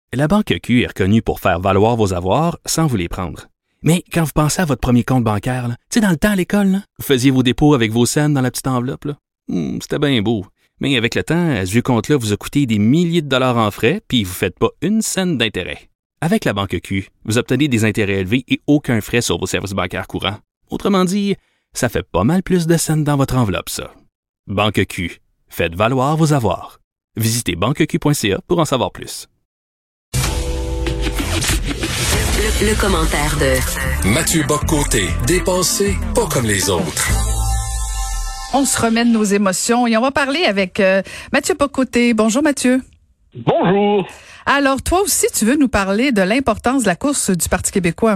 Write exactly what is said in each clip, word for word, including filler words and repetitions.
La Banque Q est reconnue pour faire valoir vos avoirs sans vous les prendre. Mais quand vous pensez à votre premier compte bancaire, tu sais, dans le temps à l'école, là, vous faisiez vos dépôts avec vos scènes dans la petite enveloppe. Là. Hum, c'était bien beau. Mais avec le temps, ce vieux compte-là vous a coûté des milliers de dollars en frais, puis vous ne faites pas une scène d'intérêt. Avec la Banque Q, vous obtenez des intérêts élevés et aucun frais sur vos services bancaires courants. Autrement dit, ça fait pas mal plus de scènes dans votre enveloppe, ça. Banque Q. Faites valoir vos avoirs. Visitez banque q point c a pour en savoir plus. Le, le commentaire de Mathieu Bock-Côté, dépensé pas comme les autres. On se remet de nos émotions et on va parler avec euh, Mathieu Bock-Côté. Bonjour Mathieu. Bonjour. Alors toi aussi, tu veux nous parler de l'importance de la course du Parti québécois.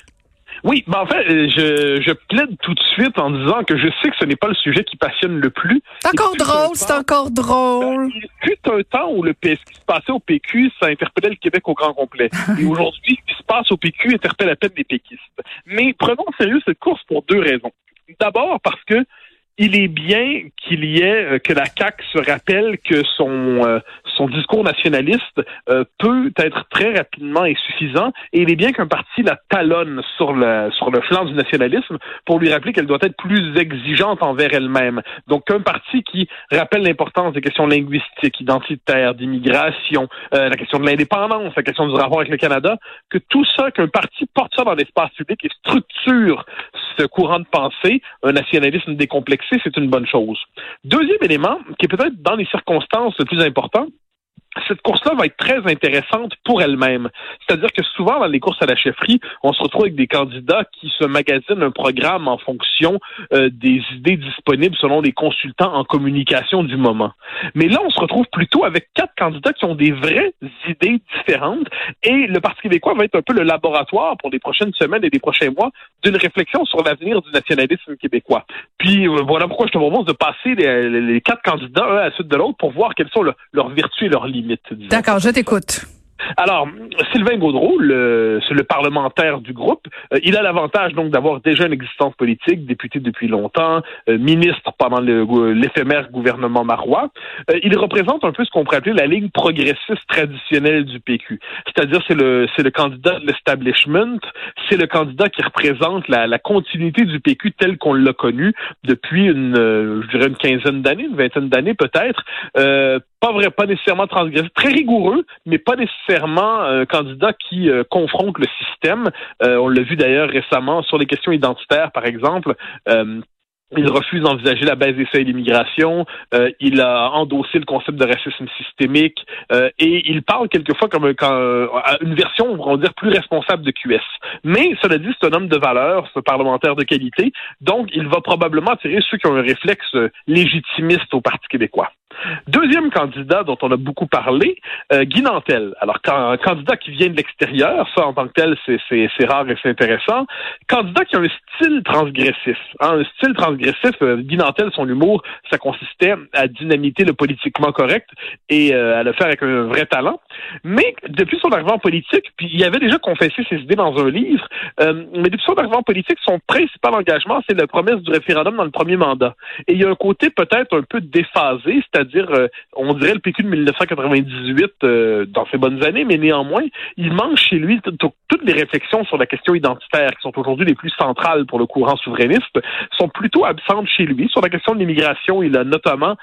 Oui, ben en fait, je, je plaide tout de suite en disant que je sais que ce n'est pas le sujet qui passionne le plus. C'est encore drôle, c'est encore drôle. Ben, il fut un temps où le P, ce qui se passait au P Q, ça interpellait le Québec au grand complet. Et aujourd'hui, ce qui se passe au P Q interpelle à peine les péquistes. Mais prenons au sérieux cette course pour deux raisons. D'abord parce que il est bien qu'il y ait, que la C A Q se rappelle que son euh, son discours nationaliste euh, peut être très rapidement insuffisant, et il est bien qu'un parti la talonne sur le sur le flanc du nationalisme pour lui rappeler qu'elle doit être plus exigeante envers elle-même. Donc qu'un parti qui rappelle l'importance des questions linguistiques, identitaires, d'immigration, euh, la question de l'indépendance, la question du rapport avec le Canada, que tout ça, qu'un parti porte ça dans l'espace public et structure ce courant de pensée, un nationalisme décomplexé, c'est une bonne chose. Deuxième élément, qui est peut-être dans les circonstances le plus important, cette course-là va être très intéressante pour elle-même. C'est-à-dire que souvent, dans les courses à la chefferie, on se retrouve avec des candidats qui se magasinent un programme en fonction euh, des idées disponibles selon les consultants en communication du moment. Mais là, on se retrouve plutôt avec quatre candidats qui ont des vraies idées différentes, et le Parti québécois va être un peu le laboratoire pour les prochaines semaines et les prochains mois d'une réflexion sur l'avenir du nationalisme québécois. Puis euh, voilà pourquoi je te propose de passer les, les quatre candidats un à la suite de l'autre pour voir quelles sont le, leurs vertus et leurs limites. D'accord, je t'écoute. Alors, Sylvain Gaudreault, le, c'est le parlementaire du groupe. Euh, il a l'avantage donc d'avoir déjà une existence politique, député depuis longtemps, euh, ministre pendant le, l'éphémère gouvernement Marois. Euh, il représente un peu ce qu'on pourrait appeler la ligne progressiste traditionnelle du P Q. C'est-à-dire, c'est le, c'est le candidat de l'establishment, c'est le candidat qui représente la, la continuité du P Q tel qu'on l'a connu depuis une, euh, je dirais une quinzaine d'années, une vingtaine d'années peut-être. Euh, pas vrai, pas nécessairement transgressif, très rigoureux, mais pas nécessairement un candidat qui euh, confronte le système. Euh, on l'a vu d'ailleurs récemment sur les questions identitaires, par exemple. Euh, Il refuse d'envisager la baisse des seuils d'immigration. Euh, il a endossé le concept de racisme systémique euh, et il parle quelquefois comme un, comme une version, on va dire, plus responsable de Q S. Mais cela dit, c'est un homme de valeur, c'est un parlementaire de qualité, donc il va probablement attirer ceux qui ont un réflexe légitimiste au Parti québécois. Deuxième candidat dont on a beaucoup parlé, euh, Guy Nantel. Alors, un candidat qui vient de l'extérieur, ça en tant que tel, c'est, c'est, c'est rare et c'est intéressant. Candidat qui a un style transgressif. Hein, un style transgressif, euh, Guy Nantel, son humour, ça consistait à dynamiter le politiquement correct et euh, à le faire avec un vrai talent. Mais depuis son arrivée en politique, puis il avait déjà confessé ses idées dans un livre, euh, mais depuis son arrivée en politique, son principal engagement, c'est la promesse du référendum dans le premier mandat. Et il y a un côté peut-être un peu déphasé, c'est-à-dire dire, euh, on dirait le P Q de dix-neuf cent quatre-vingt-dix-huit euh, dans ses bonnes années, mais néanmoins, il manque chez lui t- t- toutes les réflexions sur la question identitaire, qui sont aujourd'hui les plus centrales pour le courant souverainiste, sont plutôt absentes chez lui. Sur la question de l'immigration, il a notamment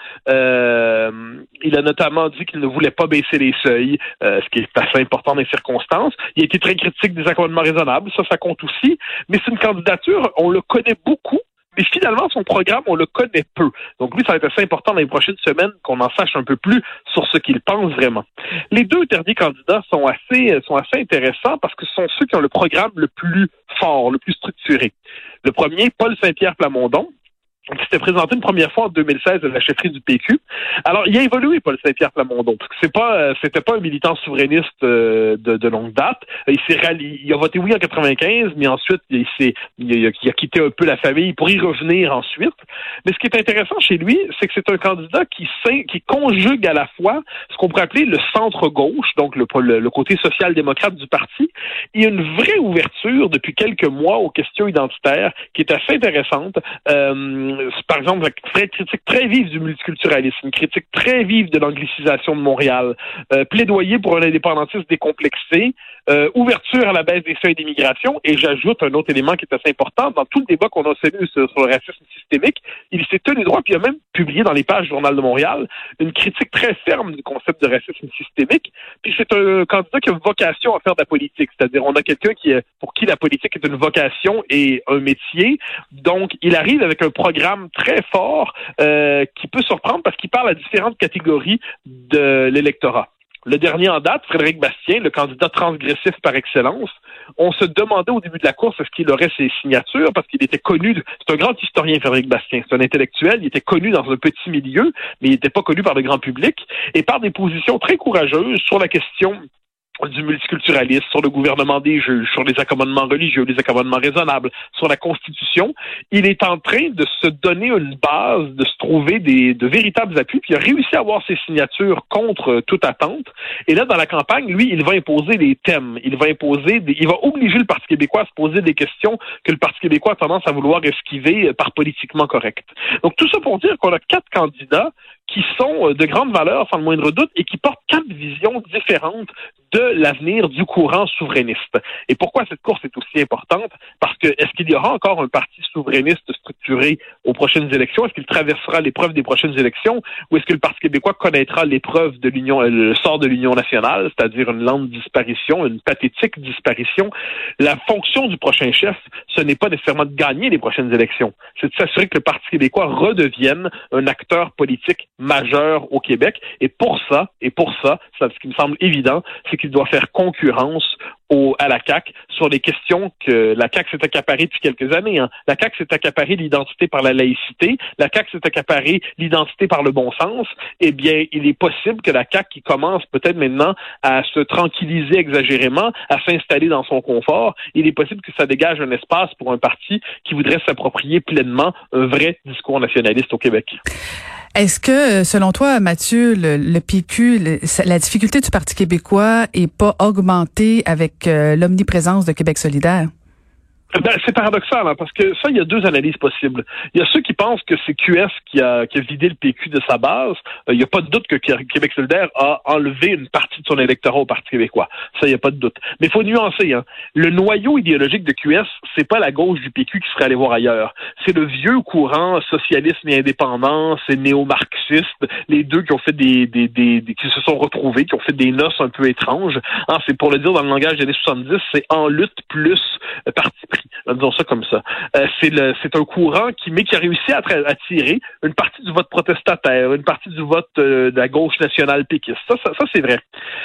euh, il a notamment dit qu'il ne voulait pas baisser les seuils, euh, ce qui est assez important dans les circonstances. Il a été très critique des accommodements raisonnables, ça, ça compte aussi, mais c'est une candidature, on le connaît beaucoup, mais finalement, son programme, on le connaît peu. Donc lui, ça va être assez important dans les prochaines semaines qu'on en sache un peu plus sur ce qu'il pense vraiment. Les deux derniers candidats sont assez, sont assez intéressants parce que ce sont ceux qui ont le programme le plus fort, le plus structuré. Le premier, Paul Saint-Pierre Plamondon, qui s'était présenté une première fois en deux mille seize à la chefferie du P Q. Alors, il a évolué, Paul Saint-Pierre Plamondon, parce que c'est pas, euh, c'était pas un militant souverainiste euh, de, de longue date. Il s'est rallié, il a voté oui en quatre-vingt-quinze, mais ensuite, il s'est, il a, il a quitté un peu la famille pour y revenir ensuite. Mais ce qui est intéressant chez lui, c'est que c'est un candidat qui, qui conjugue à la fois ce qu'on pourrait appeler le centre-gauche, donc le, le, le côté social-démocrate du parti. Il y a une vraie ouverture depuis quelques mois aux questions identitaires qui est assez intéressante. Euh, Euh, par exemple, une critique très vive du multiculturalisme, une critique très vive de l'anglicisation de Montréal, euh, plaidoyer pour un indépendantisme décomplexé, euh, ouverture à la baisse des seuils d'immigration, et j'ajoute un autre élément qui est assez important, dans tout le débat qu'on a tenu sur, sur le racisme systémique, il s'est tenu droit, puis il a même publié dans les pages du Journal de Montréal une critique très ferme du concept de racisme systémique, puis c'est un candidat qui a vocation à faire de la politique, c'est-à-dire on a quelqu'un qui est, pour qui la politique est une vocation et un métier, donc il arrive avec un programme très fort euh, qui peut surprendre parce qu'il parle à différentes catégories de l'électorat. Le dernier en date, Frédéric Bastien, le candidat transgressif par excellence, on se demandait au début de la course est-ce qu'il aurait ses signatures parce qu'il était connu, c'est un grand historien Frédéric Bastien, c'est un intellectuel, il était connu dans un petit milieu, mais il n'était pas connu par le grand public, et par des positions très courageuses sur la question du multiculturalisme, sur le gouvernement des juges, sur les accommodements religieux, les accommodements raisonnables, sur la Constitution. Il est en train de se donner une base, de se trouver des, de véritables appuis, puis il a réussi à avoir ses signatures contre toute attente. Et là, dans la campagne, lui, il va imposer des thèmes. Il va imposer des, il va obliger le Parti québécois à se poser des questions que le Parti québécois a tendance à vouloir esquiver par politiquement correct. Donc, tout ça pour dire qu'on a quatre candidats qui sont de grande valeur, sans le moindre doute, et qui portent quatre visions différentes de l'avenir du courant souverainiste. Et pourquoi cette course est aussi importante? Parce que est-ce qu'il y aura encore un parti souverainiste structuré aux prochaines élections? Est-ce qu'il traversera l'épreuve des prochaines élections? Ou est-ce que le Parti québécois connaîtra l'épreuve de l'Union, le sort de l'Union nationale, c'est-à-dire une lente disparition, une pathétique disparition? La fonction du prochain chef, ce n'est pas nécessairement de gagner les prochaines élections. C'est de s'assurer que le Parti québécois redevienne un acteur politique majeur au Québec. Et pour ça, et pour ça, ça ce qui me semble évident, c'est qu'il doit faire concurrence au, à la C A Q sur les questions que la C A Q s'est accaparée depuis quelques années. Hein. La C A Q s'est accaparée l'identité par la laïcité, la C A Q s'est accaparée l'identité par le bon sens. Eh bien, il est possible que la C A Q, qui commence peut-être maintenant à se tranquilliser exagérément, à s'installer dans son confort, il est possible que ça dégage un espace pour un parti qui voudrait s'approprier pleinement un vrai discours nationaliste au Québec. Est-ce que, selon toi, Mathieu, le, le P Q, le, la difficulté du Parti québécois est pas augmentée avec euh, l'omniprésence de Québec solidaire? Ben, c'est paradoxal, hein, parce que ça, il y a deux analyses possibles. Il y a ceux qui pensent que c'est Q S qui a, qui a vidé le P Q de sa base. Euh, il n'y a pas de doute que Québec solidaire a enlevé une partie de son électorat au Parti québécois. Ça, il n'y a pas de doute. Mais il faut nuancer. Hein. Le noyau idéologique de Q S, c'est pas la gauche du P Q qui serait allée voir ailleurs. C'est le vieux courant socialisme et indépendant, c'est néo-marxiste, les deux qui ont fait des, des, des, des, qui se sont retrouvés, qui ont fait des noces un peu étranges. Hein, c'est pour le dire dans le langage des années soixante-dix, c'est en lutte plus euh, parti pris. Disons ça comme ça. Euh, c'est, le, c'est un courant qui, mais qui a réussi à tra- attirer une partie du vote protestataire, une partie du vote euh, de la gauche nationale péquiste. Ça, ça, ça, c'est vrai.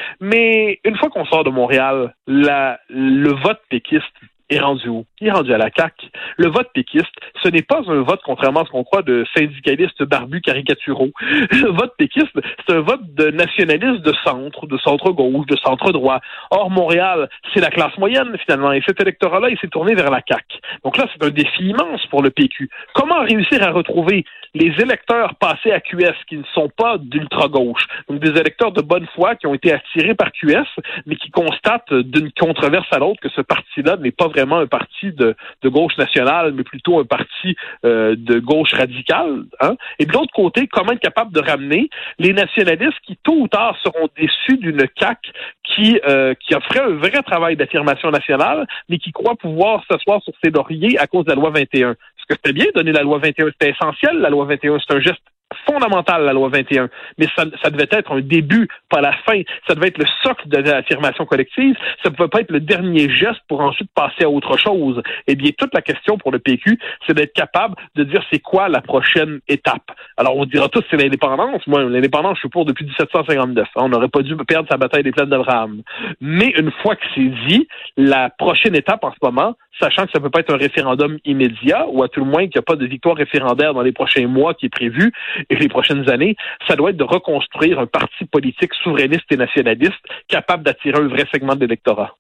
Mais une fois qu'on sort de Montréal, la, le vote péquiste est rendu où? Il est rendu à la C A Q. Le vote péquiste, ce n'est pas un vote, contrairement à ce qu'on croit, de syndicalistes barbus caricaturaux. Le vote péquiste, c'est un vote de nationalistes de centre, de centre-gauche, de centre-droit. Or, Montréal, c'est la classe moyenne, finalement, et cet électorat-là, il s'est tourné vers la C A Q. Donc là, c'est un défi immense pour le P Q. Comment réussir à retrouver les électeurs passés à Q S qui ne sont pas d'ultra-gauche, donc des électeurs de bonne foi qui ont été attirés par Q S, mais qui constatent d'une controverse à l'autre que ce parti-là n'est pas vraiment un parti de, de gauche nationale, mais plutôt un parti euh, de gauche radicale. Hein? Et de l'autre côté, comment être capable de ramener les nationalistes qui, tôt ou tard, seront déçus d'une C A Q qui, euh, qui a fait un vrai travail d'affirmation nationale, mais qui croit pouvoir s'asseoir sur ses lauriers à cause de la loi vingt et un. Parce que c'était bien de donner la loi vingt et un, c'était essentiel, la loi vingt et un, c'est un geste fondamental, la loi vingt et un, mais ça, ça devait être un début, pas la fin. Ça devait être le socle de l'affirmation collective. Ça ne pouvait pas être le dernier geste pour ensuite passer à autre chose. Eh bien, toute la question pour le P Q, c'est d'être capable de dire c'est quoi la prochaine étape. Alors, on dira tous c'est l'indépendance. Moi, l'indépendance, je suis pour depuis dix-sept cent cinquante-neuf. On n'aurait pas dû perdre sa bataille des plaines d'Abraham. Mais une fois que c'est dit, la prochaine étape en ce moment, sachant que ça peut pas être un référendum immédiat, ou à tout le moins qu'il n'y a pas de victoire référendaire dans les prochains mois qui est prévu, et les prochaines années, ça doit être de reconstruire un parti politique souverainiste et nationaliste capable d'attirer un vrai segment de l'électorat.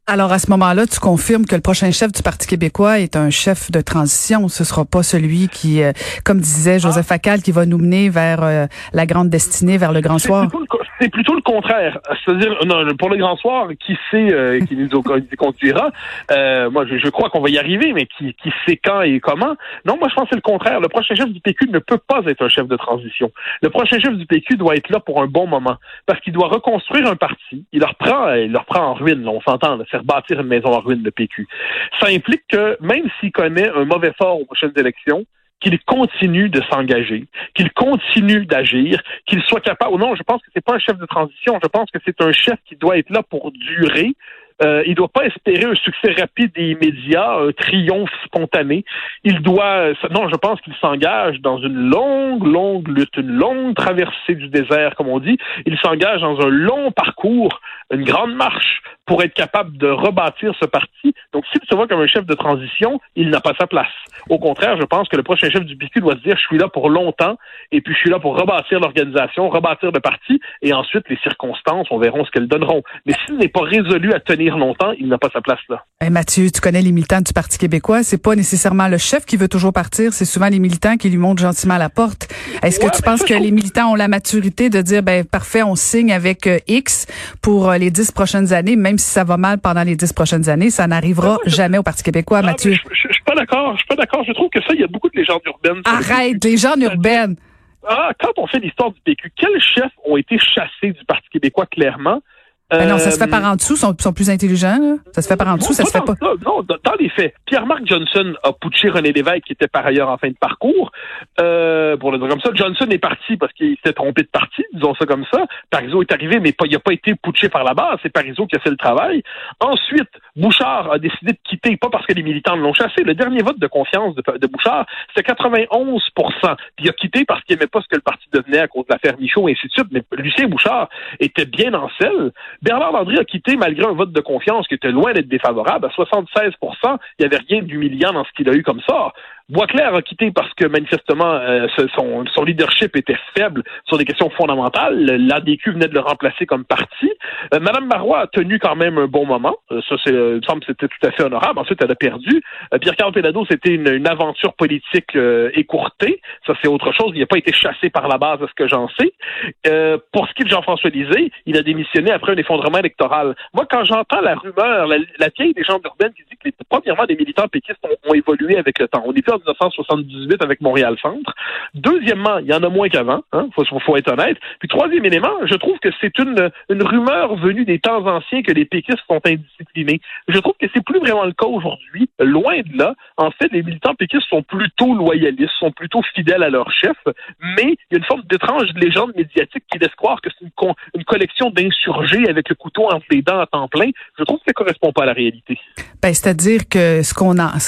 Alors, à ce moment-là, tu confirmes que le prochain chef du Parti québécois est un chef de transition. Ce sera pas celui qui, euh, comme disait Joseph ah. Facal, qui va nous mener vers euh, la grande destinée, vers le grand c'est soir. Plutôt le, c'est plutôt le contraire. C'est-à-dire, non, pour le grand soir, qui sait euh, qui nous conduira? Euh, moi, je, je crois qu'on va y arriver, mais qui, qui sait quand et comment? Non, moi, je pense que c'est le contraire. Le prochain chef du P Q ne peut pas être un chef de transition. Le prochain chef du P Q doit être là pour un bon moment, parce qu'il doit reconstruire un parti. Il leur prend, il leur prend en ruine, là, on s'entend, là, faire bâtir une maison en ruine, le P Q. Ça implique que, même s'il connaît un mauvais sort aux prochaines élections, qu'il continue de s'engager, qu'il continue d'agir, qu'il soit capable... Non, je pense que c'est pas un chef de transition, je pense que c'est un chef qui doit être là pour durer. Euh, il ne doit pas espérer un succès rapide et immédiat, un triomphe spontané. Il doit... Non, je pense qu'il s'engage dans une longue, longue lutte, une longue traversée du désert, comme on dit. Il s'engage dans un long parcours, une grande marche, pour être capable de rebâtir ce parti. Donc, s'il se voit comme un chef de transition, il n'a pas sa place. Au contraire, je pense que le prochain chef du P Q doit se dire, je suis là pour longtemps, et puis je suis là pour rebâtir l'organisation, rebâtir le parti, et ensuite, les circonstances, on verra ce qu'elles donneront. Mais s'il n'est pas résolu à tenir longtemps, il n'a pas sa place là. Hey Mathieu, tu connais les militants du Parti québécois, c'est pas nécessairement le chef qui veut toujours partir, c'est souvent les militants qui lui montrent gentiment à la porte. Est-ce ouais, que tu penses ça, que trouve... les militants ont la maturité de dire, ben parfait, on signe avec euh, X pour euh, les dix prochaines années, même si ça va mal pendant les dix prochaines années, ça n'arrivera je... jamais au Parti québécois, non, Mathieu? Je, je, je suis pas d'accord, je suis pas d'accord. Je trouve que ça, il y a beaucoup de légendes urbaines. Arrête, légendes urbaines. Ah, quand on fait l'histoire du P Q, quels chefs ont été chassés du Parti québécois, clairement? Ben non, ça se fait par en dessous, sont, sont plus intelligents, là. Ça se fait par en dessous, ça se fait pas. Ça, non, dans les faits, Pierre-Marc Johnson a putché René Lévesque, qui était par ailleurs en fin de parcours. Euh, pour le dire comme ça, Johnson est parti parce qu'il s'était trompé de parti, disons ça comme ça. Parizeau est arrivé, mais pas, il n'a pas été putché par la base, c'est Parizeau qui a fait le travail. Ensuite, Bouchard a décidé de quitter, pas parce que les militants l'ont chassé. Le dernier vote de confiance de, de Bouchard, c'était quatre-vingt-onze pour cent. Puis il a quitté parce qu'il n'aimait pas ce que le parti devenait à cause de l'affaire Michaud, et ainsi de suite. Mais Lucien Bouchard était bien en selle. Bernard Landry a quitté malgré un vote de confiance qui était loin d'être défavorable. À soixante-seize pour cent, il n'y avait rien d'humiliant dans ce qu'il a eu comme ça. Boisclair a quitté parce que, manifestement, euh, son, son leadership était faible sur des questions fondamentales. L'A D Q venait de le remplacer comme parti. Euh, Madame Marois a tenu quand même un bon moment. Euh, ça, c'est, euh, il me semble que c'était tout à fait honorable. Ensuite, elle a perdu. Euh, Pierre-Carl Péladeau, c'était une, une aventure politique euh, écourtée. Ça, c'est autre chose. Il n'a pas été chassé par la base, à ce que j'en sais. Euh, pour ce qui est de Jean-François Lisée, il a démissionné après un effondrement électoral. Moi, quand j'entends la rumeur, la, la vieille légende urbaine qui dit que, les, premièrement, les militants péquistes ont, ont évolué avec le temps. On est plus en dix-neuf cent soixante-dix-huit avec Montréal-Centre. Deuxièmement, il y en a moins qu'avant, hein, faut, faut être honnête. Puis troisième élément, je trouve que c'est une, une rumeur venue des temps anciens que les péquistes sont indisciplinés. Je trouve que c'est plus vraiment le cas aujourd'hui. Loin de là. En fait, les militants péquistes sont plutôt loyalistes, sont plutôt fidèles à leur chef, mais il y a une forme d'étrange légende médiatique qui laisse croire que c'est une, con, une collection d'insurgés avec le couteau entre les dents à temps plein. Je trouve que ça correspond pas à la réalité. Ben, c'est-à-dire que ce qu'on a...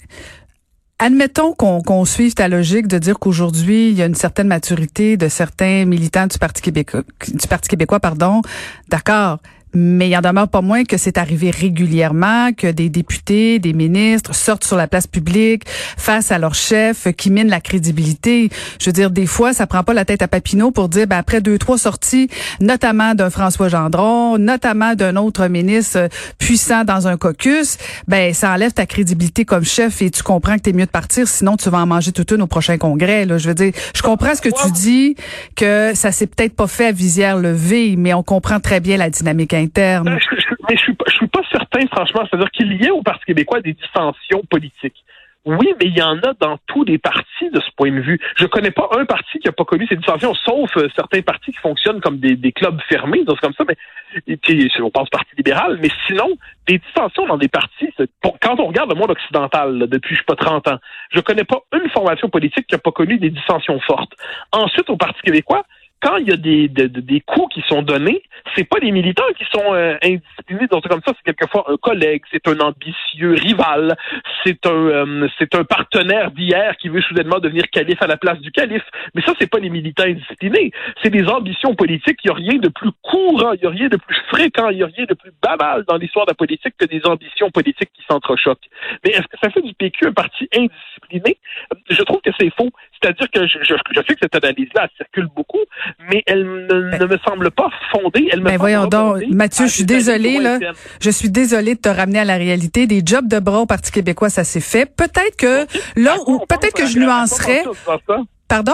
Admettons qu'on, qu'on suive ta logique de dire qu'aujourd'hui, il y a une certaine maturité de certains militants du Parti québécois, du Parti québécois, pardon. D'accord. Mais il en demeure pas moins que c'est arrivé régulièrement que des députés, des ministres sortent sur la place publique face à leur chef qui mine la crédibilité. Je veux dire, des fois, ça prend pas la tête à Papineau pour dire, ben, après deux, trois sorties, notamment d'un François Gendron, notamment d'un autre ministre puissant dans un caucus, ben, ça enlève ta crédibilité comme chef et tu comprends que t'es mieux de partir, sinon tu vas en manger toute une au prochain congrès, là. Je veux dire, je comprends ce que tu dis, que ça s'est peut-être pas fait à visière levée, mais on comprend très bien la dynamique interne. Euh, je, je, mais je suis pas, je suis pas certain, franchement. C'est-à-dire qu'il y a au Parti québécois des dissensions politiques. Oui, mais il y en a dans tous les partis de ce point de vue. Je connais pas un parti qui a pas connu ces dissensions, sauf euh, certains partis qui fonctionnent comme des, des clubs fermés, donc comme ça. Mais et puis, on pense Parti libéral, mais sinon, des dissensions dans des partis. C'est, pour, quand on regarde le monde occidental là, depuis je sais pas trente ans, je connais pas une formation politique qui a pas connu des dissensions fortes. Ensuite, au Parti québécois, quand il y a des, des, des coups qui sont donnés, c'est pas les militants qui sont euh, indisciplinés, donc comme ça, c'est quelquefois un collègue, c'est un ambitieux rival, c'est un euh, c'est un partenaire d'hier qui veut soudainement devenir calife à la place du calife. Mais ça, c'est pas les militants indisciplinés, c'est des ambitions politiques. Il y a rien de plus courant, il y a rien de plus fréquent, il y a rien de plus banal dans l'histoire de la politique que des ambitions politiques qui s'entrechoquent. Mais est-ce que ça fait du P Q un parti indiscipliné? Je trouve que c'est faux. C'est-à-dire que je, je, je sais que cette analyse-là elle circule beaucoup, mais elle ne, ben, ne me semble pas fondée. Elle me ben voyons donc, Mathieu, je suis désolée, là. Je suis désolée de te ramener à la réalité. Des jobs de bras au Parti québécois, ça s'est fait. Peut-être que, okay. là, ou peut-être que je nuancerais. Pardon?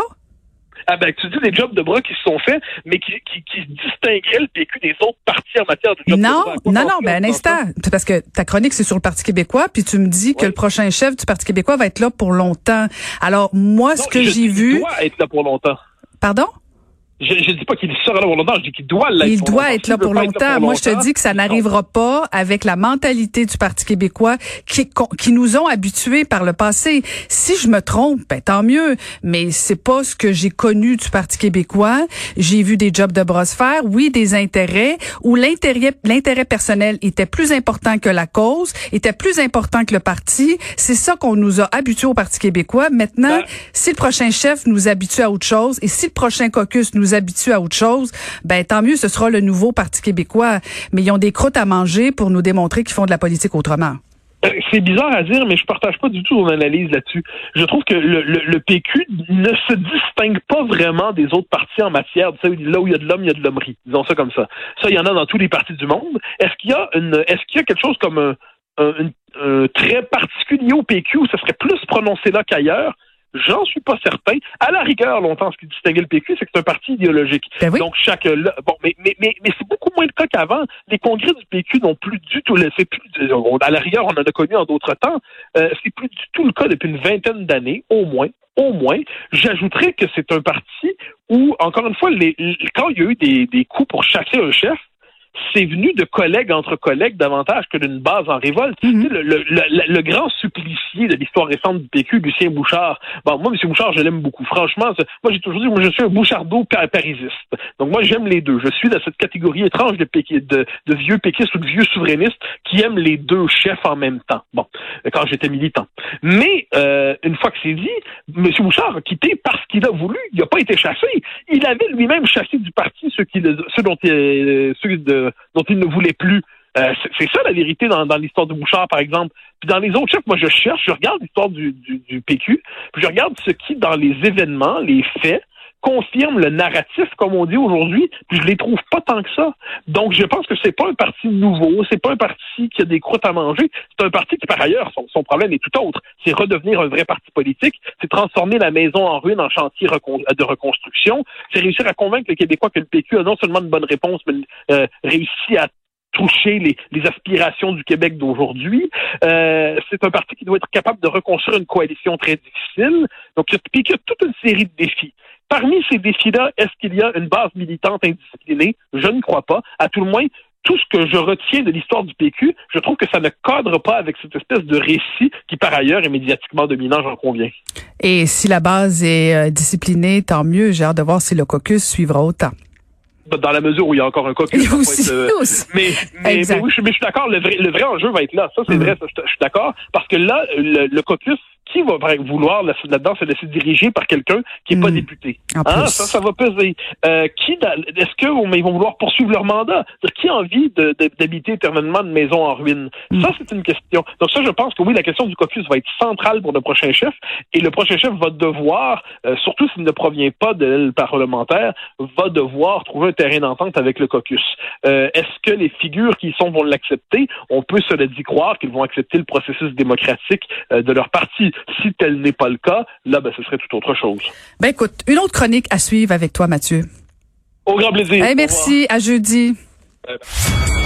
Ah ben, tu dis des jobs de bras qui se sont faits, mais qui, qui, qui distingueraient le P Q des autres partis en matière de jobs non, de bras. Non, non, non, ben un instant. C'est parce que ta chronique, c'est sur le Parti québécois, puis tu me dis oui. que le prochain chef du Parti québécois va être là pour longtemps. Alors, moi, ce non, que j'ai vu... Il doit être là pour longtemps. Pardon? Je ne dis pas qu'il sera là pour longtemps, je dis qu'il doit l'être. Il doit être là pour longtemps. Moi, je te dis que ça n'arrivera pas avec la mentalité du Parti québécois qui, qui nous ont habitués par le passé. Si je me trompe, ben, tant mieux. Mais c'est pas ce que j'ai connu du Parti québécois. J'ai vu des jobs de bras se faire, oui, des intérêts où l'intérêt, l'intérêt personnel était plus important que la cause, était plus important que le parti. C'est ça qu'on nous a habitués au Parti québécois. Maintenant, ben, si le prochain chef nous habitue à autre chose et si le prochain caucus nous habitués à autre chose, ben tant mieux, ce sera le nouveau Parti québécois. Mais ils ont des croûtes à manger pour nous démontrer qu'ils font de la politique autrement. C'est bizarre à dire, mais je partage pas du tout ton analyse là-dessus. Je trouve que le, le, le P Q ne se distingue pas vraiment des autres partis en matière, tu sais, là où il y a de l'homme, il y a de l'hommerie. Disons ça comme ça. Ça, il y en a dans tous les partis du monde. Est-ce qu'il y a une, est-ce qu'il y a quelque chose comme un, un, un, un trait particulier au P Q où ça serait plus prononcé là qu'ailleurs? J'en suis pas certain. À la rigueur, longtemps, ce qui distinguait le P Q, c'est que c'est un parti idéologique. Ben oui. Donc, chaque... Là, bon, mais, mais, mais, mais c'est beaucoup moins le cas qu'avant. Les congrès du P Q n'ont plus du tout... C'est plus, à la rigueur, on en a connu en d'autres temps. Euh, c'est plus du tout le cas depuis une vingtaine d'années, au moins. Au moins. J'ajouterais que c'est un parti où, encore une fois, les, les, quand il y a eu des, des coups pour chasser un chef, c'est venu de collègues entre collègues davantage que d'une base en révolte. Mm-hmm. Le, le, le, le grand supplicié de l'histoire récente du P Q, Lucien Bouchard. Bon, moi, M. Bouchard, je l'aime beaucoup. Franchement, moi, j'ai toujours dit, moi, je suis un bouchardo-parisiste. Donc, moi, j'aime les deux. Je suis dans cette catégorie étrange de, péqu... de, de vieux péquistes ou de vieux souverainistes qui aiment les deux chefs en même temps. Bon, quand j'étais militant. Mais, euh, une fois que c'est dit, M. Bouchard a quitté parce qu'il a voulu. Il n'a pas été chassé. Il avait lui-même chassé du parti ceux, qui, ceux dont il, ceux de dont il ne voulait plus. Euh, c'est, c'est ça la vérité dans, dans l'histoire de Bouchard, par exemple. Puis dans les autres chefs, moi je cherche, je regarde l'histoire du, du, du P Q, puis je regarde ce qui, dans les événements, les faits, confirme le narratif, comme on dit aujourd'hui, puis je les trouve pas tant que ça. Donc, je pense que c'est pas un parti nouveau, c'est pas un parti qui a des croûtes à manger, c'est un parti qui, par ailleurs, son, son problème est tout autre. C'est redevenir un vrai parti politique, c'est transformer la maison en ruine en chantier recon- de reconstruction, c'est réussir à convaincre les Québécois que le P Q a non seulement une bonne réponse, mais euh, réussi à toucher les, les aspirations du Québec d'aujourd'hui. Euh, c'est un parti qui doit être capable de reconstruire une coalition très difficile. Donc, le P Q a toute une série de défis. Parmi ces défis-là, est-ce qu'il y a une base militante indisciplinée? Je ne crois pas. À tout le moins, tout ce que je retiens de l'histoire du P Q, je trouve que ça ne cadre pas avec cette espèce de récit qui, par ailleurs, est médiatiquement dominant, j'en conviens. Et si la base est euh, disciplinée, tant mieux. J'ai hâte de voir si le caucus suivra autant. Dans la mesure où il y a encore un caucus. Aussi, être, euh, aussi. Mais, mais, mais, oui, je, mais je suis d'accord, le vrai, le vrai enjeu va être là. Ça, c'est mmh. vrai, ça, je, je suis d'accord. Parce que là, le, le caucus, qui va vouloir là-dedans se laisser diriger par quelqu'un qui n'est mmh. pas député? Hein? Ça, ça va peser. Euh, qui, est-ce qu'ils vont vouloir poursuivre leur mandat? Qui a envie de, de, d'habiter éternellement une maison en ruine? Mmh. Ça, c'est une question. Donc ça, je pense que oui, la question du caucus va être centrale pour le prochain chef. Et le prochain chef va devoir, euh, surtout s'il ne provient pas de l'aile parlementaire, va devoir trouver un terrain d'entente avec le caucus. Euh, est-ce que les figures qui y sont vont l'accepter? On peut se le dire croire qu'ils vont accepter le processus démocratique euh, de leur parti. Si tel n'est pas le cas, là, ben, ce serait tout autre chose. Ben, écoute, une autre chronique à suivre avec toi, Mathieu. Au grand plaisir. Hey, merci. À jeudi.